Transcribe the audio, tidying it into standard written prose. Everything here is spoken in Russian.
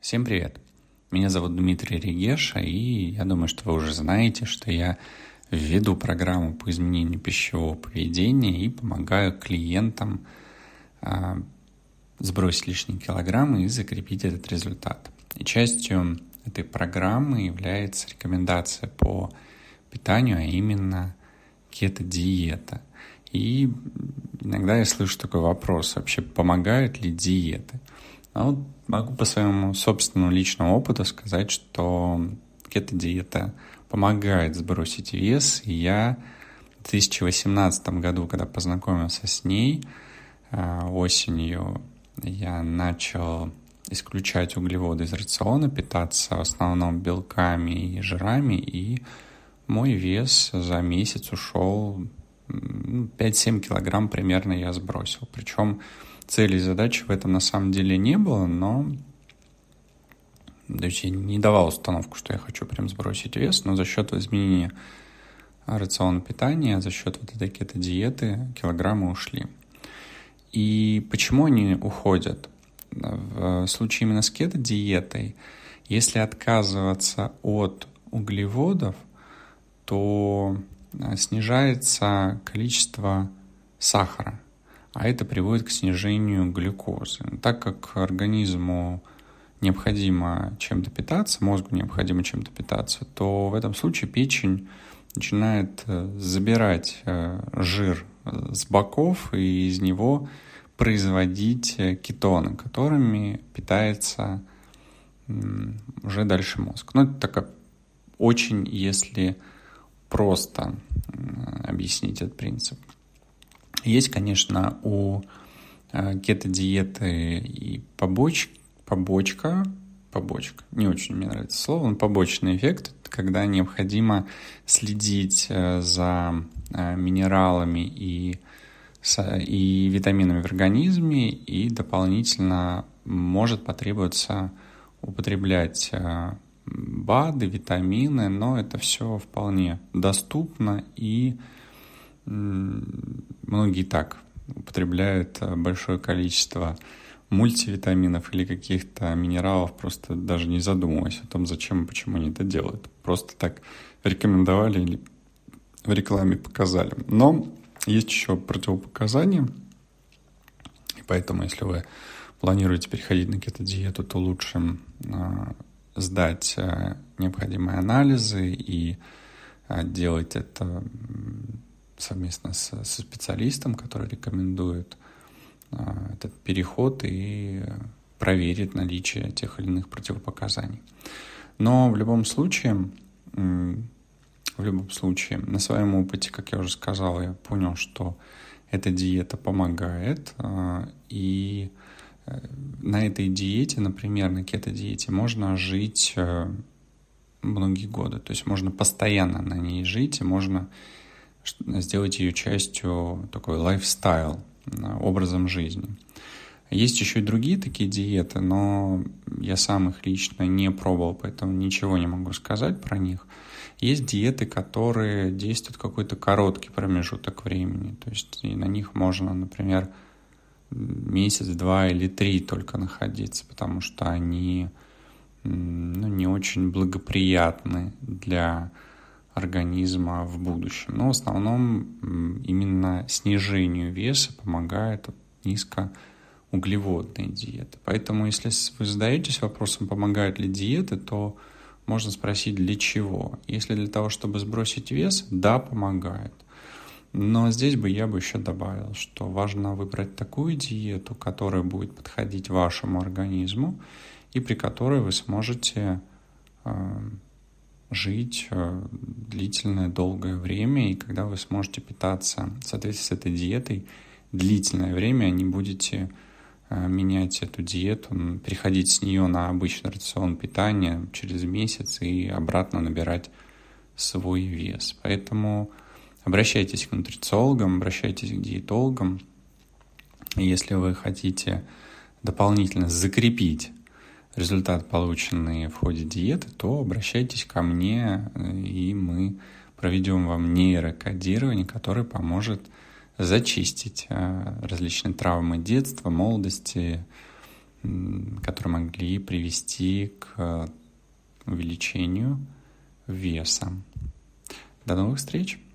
Всем привет! Меня зовут Дмитрий Регеша, и я думаю, что вы уже знаете, что я веду программу по изменению пищевого поведения и помогаю клиентам сбросить лишние килограммы и закрепить этот результат. И частью этой программы является рекомендация по питанию, а именно кето-диета. И иногда я слышу такой вопрос: вообще помогают ли диеты? А вот могу по своему собственному личному опыту сказать, что кето-диета помогает сбросить вес. И я в 2018 году, когда познакомился с ней, осенью, я начал исключать углеводы из рациона, питаться в основном белками и жирами, и мой вес за месяц ушел 5-7 килограмм примерно я сбросил. Причем цели и задачи в этом на самом деле не было, но я не давал установку, что я хочу прям сбросить вес, но за счет изменения рациона питания, за счет вот этой кето-диеты килограммы ушли. И почему они уходят? В случае именно с кето-диетой, если отказываться от углеводов, то снижается количество сахара, а это приводит к снижению глюкозы. Так как организму необходимо чем-то питаться, мозгу необходимо чем-то питаться, то в этом случае печень начинает забирать жир с боков и из него производить кетоны, которыми питается уже дальше мозг. Но это так очень, если просто объяснить этот принцип. Есть, конечно, у кето-диеты и побочка, не очень мне нравится слово, но побочный эффект, когда необходимо следить за минералами и витаминами в организме, и дополнительно может потребоваться употреблять БАДы, витамины, но это все вполне доступно, и многие так употребляют большое количество мультивитаминов или каких-то минералов, просто даже не задумываясь о том, зачем и почему они это делают. Просто так рекомендовали или в рекламе показали. Но есть еще противопоказания, и поэтому, если вы планируете переходить на кето-диету, то лучше сдать необходимые анализы и делать это совместно со специалистом, который рекомендует этот переход и проверит наличие тех или иных противопоказаний. Но в любом случае, на своем опыте, как я уже сказал, я понял, что эта диета помогает, и на этой диете, например, на кето-диете, можно жить многие годы. То есть можно постоянно на ней жить, и можно сделать ее частью такой лайфстайл, образом жизни. Есть еще и другие такие диеты, но я сам их лично не пробовал, поэтому ничего не могу сказать про них. Есть диеты, которые действуют какой-то короткий промежуток времени. То есть и на них можно, например, месяц, 2 или 3 только находиться, потому что они не очень благоприятны для организма в будущем. Но в основном именно снижению веса помогает низкоуглеводная диета. Поэтому если вы задаетесь вопросом, помогают ли диеты, то можно спросить, для чего. Если для того, чтобы сбросить вес, да, помогает. Но здесь я бы еще добавил, что важно выбрать такую диету, которая будет подходить вашему организму и при которой вы сможете жить длительное, долгое время, и когда вы сможете питаться в соответствии с этой диетой длительное время, не будете менять эту диету, переходить с нее на обычный рацион питания через месяц и обратно набирать свой вес. Поэтому обращайтесь к нутрициологам, обращайтесь к диетологам. Если вы хотите дополнительно закрепить результат, полученный в ходе диеты, то обращайтесь ко мне, и мы проведем вам нейрокодирование, которое поможет зачистить различные травмы детства, молодости, которые могли привести к увеличению веса. До новых встреч!